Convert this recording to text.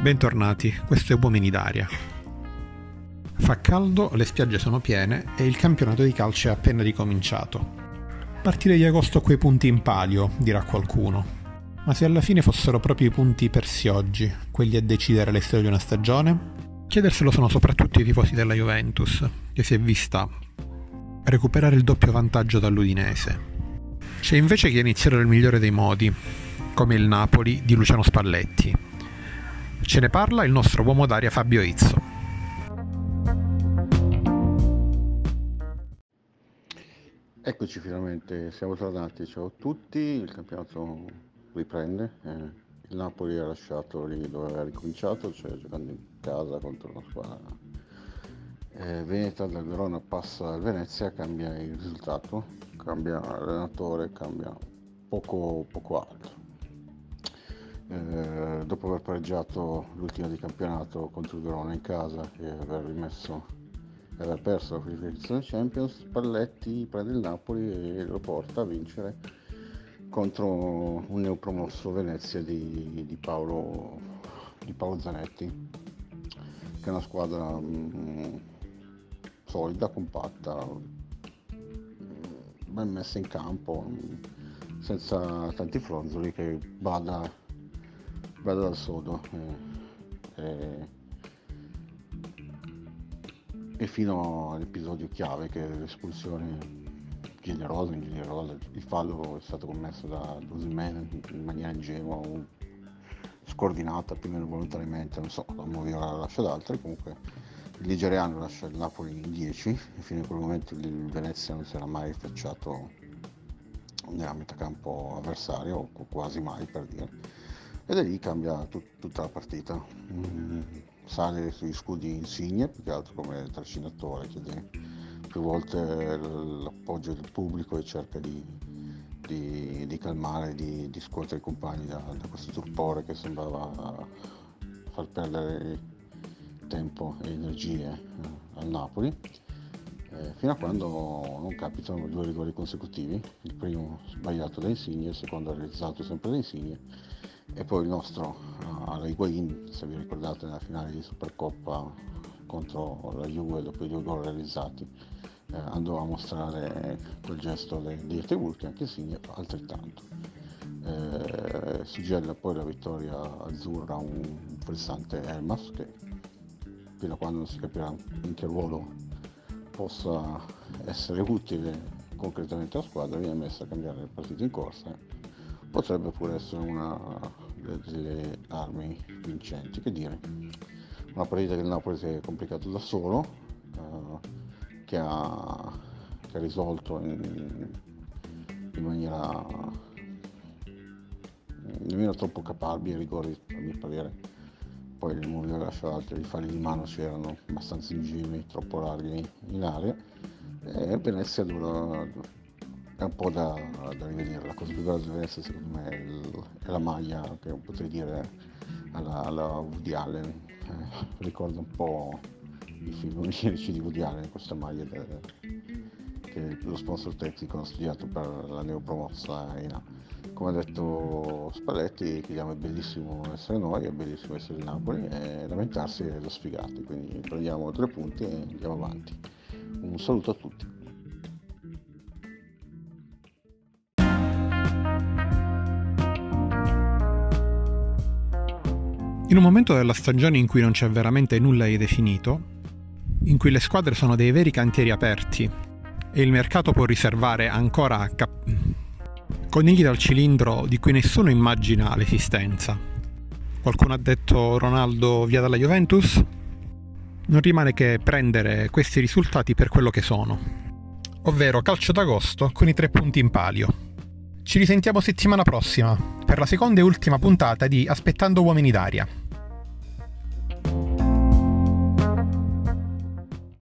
Bentornati, questo è Uomini d'Aria. Fa caldo, le spiagge sono piene e il campionato di calcio è appena ricominciato. Partire di agosto quei punti in palio, dirà qualcuno. Ma se alla fine fossero proprio i punti persi oggi, quelli a decidere la storia di una stagione? Chiederselo sono soprattutto i tifosi della Juventus, che si è vista recuperare il doppio vantaggio dall'Udinese. C'è invece chi ha iniziato nel migliore dei modi, come il Napoli di Luciano Spalletti. Ce ne parla il nostro uomo d'aria Fabio Izzo. Eccoci finalmente, siamo tornati, ciao a tutti, il campionato riprende, il Napoli ha lasciato lì dove aveva ricominciato, cioè giocando in casa contro una squadra veneta, dal Verona passa al Venezia, cambia il risultato, cambia l'allenatore, cambia poco altro. Dopo aver pareggiato l'ultima di campionato contro il Verona in casa e aver perso la qualificazione Champions, Spalletti prende il Napoli e lo porta a vincere contro un neopromosso Venezia di Paolo Zanetti, che è una squadra solida, compatta, ben messa in campo, senza tanti fronzoli, che bada dal sodo e fino all'episodio chiave, che è l'espulsione ingenerosa, il fallo è stato commesso da Osimhen in maniera ingenua o scordinata, più o meno volontariamente, non so, la Moviola la lascia ad altri. Comunque il nigeriano lascia il Napoli in 10 e fino a quel momento il Venezia non si era mai affacciato nella metacampo avversario, o quasi mai, per dire, e da lì cambia tutta la partita. Sale sugli scudi Insigne, più che altro come trascinatore, chiede più volte l'appoggio del pubblico e cerca di calmare, di scuotere i compagni da questo torpore che sembrava far perdere tempo e energie al Napoli, fino a quando non capitano 2 rigori consecutivi, il primo sbagliato da Insigne, il secondo realizzato sempre da Insigne, e poi il nostro alla Higuain, se vi ricordate, nella finale di Supercoppa contro la Juve, dopo i 2 gol realizzati, andò a mostrare quel gesto di Etebul, che anche Insigne fa altrettanto. Suggella poi la vittoria azzurra un frizzante Elmas, che fino a quando non si capirà in che ruolo possa essere utile concretamente alla squadra, viene messa a cambiare il partito in corsa. Potrebbe pure essere una delle armi vincenti. Che dire, una partita che il Napoli si è complicato da solo, che ha risolto in maniera nemmeno troppo caparbile. I rigori, a mio parere, poi il Mourinho lascia altri, i falli di mano c'erano abbastanza ingemi, troppo larghi in area, e Venezia è un po' da rivedere. La cosa più bella di Venezia, secondo me, è la maglia, che potrei dire alla Woody Allen, ricorda un po' i film onirici di Woody Allen, questa maglia che lo sponsor tecnico ha studiato per la neopromossa ENA. Come ha detto Spalletti, chiediamo: è bellissimo essere noi, è bellissimo essere il Napoli, e lamentarsi è da sfigati, quindi prendiamo 3 punti e andiamo avanti. Un saluto a tutti. In un momento della stagione in cui non c'è veramente nulla di definito, in cui le squadre sono dei veri cantieri aperti e il mercato può riservare ancora conigli dal cilindro di cui nessuno immagina l'esistenza. Qualcuno ha detto Ronaldo via dalla Juventus? Non rimane che prendere questi risultati per quello che sono, ovvero calcio d'agosto con i 3 punti in palio. Ci risentiamo settimana prossima per la seconda e ultima puntata di Aspettando Uomini d'Aria.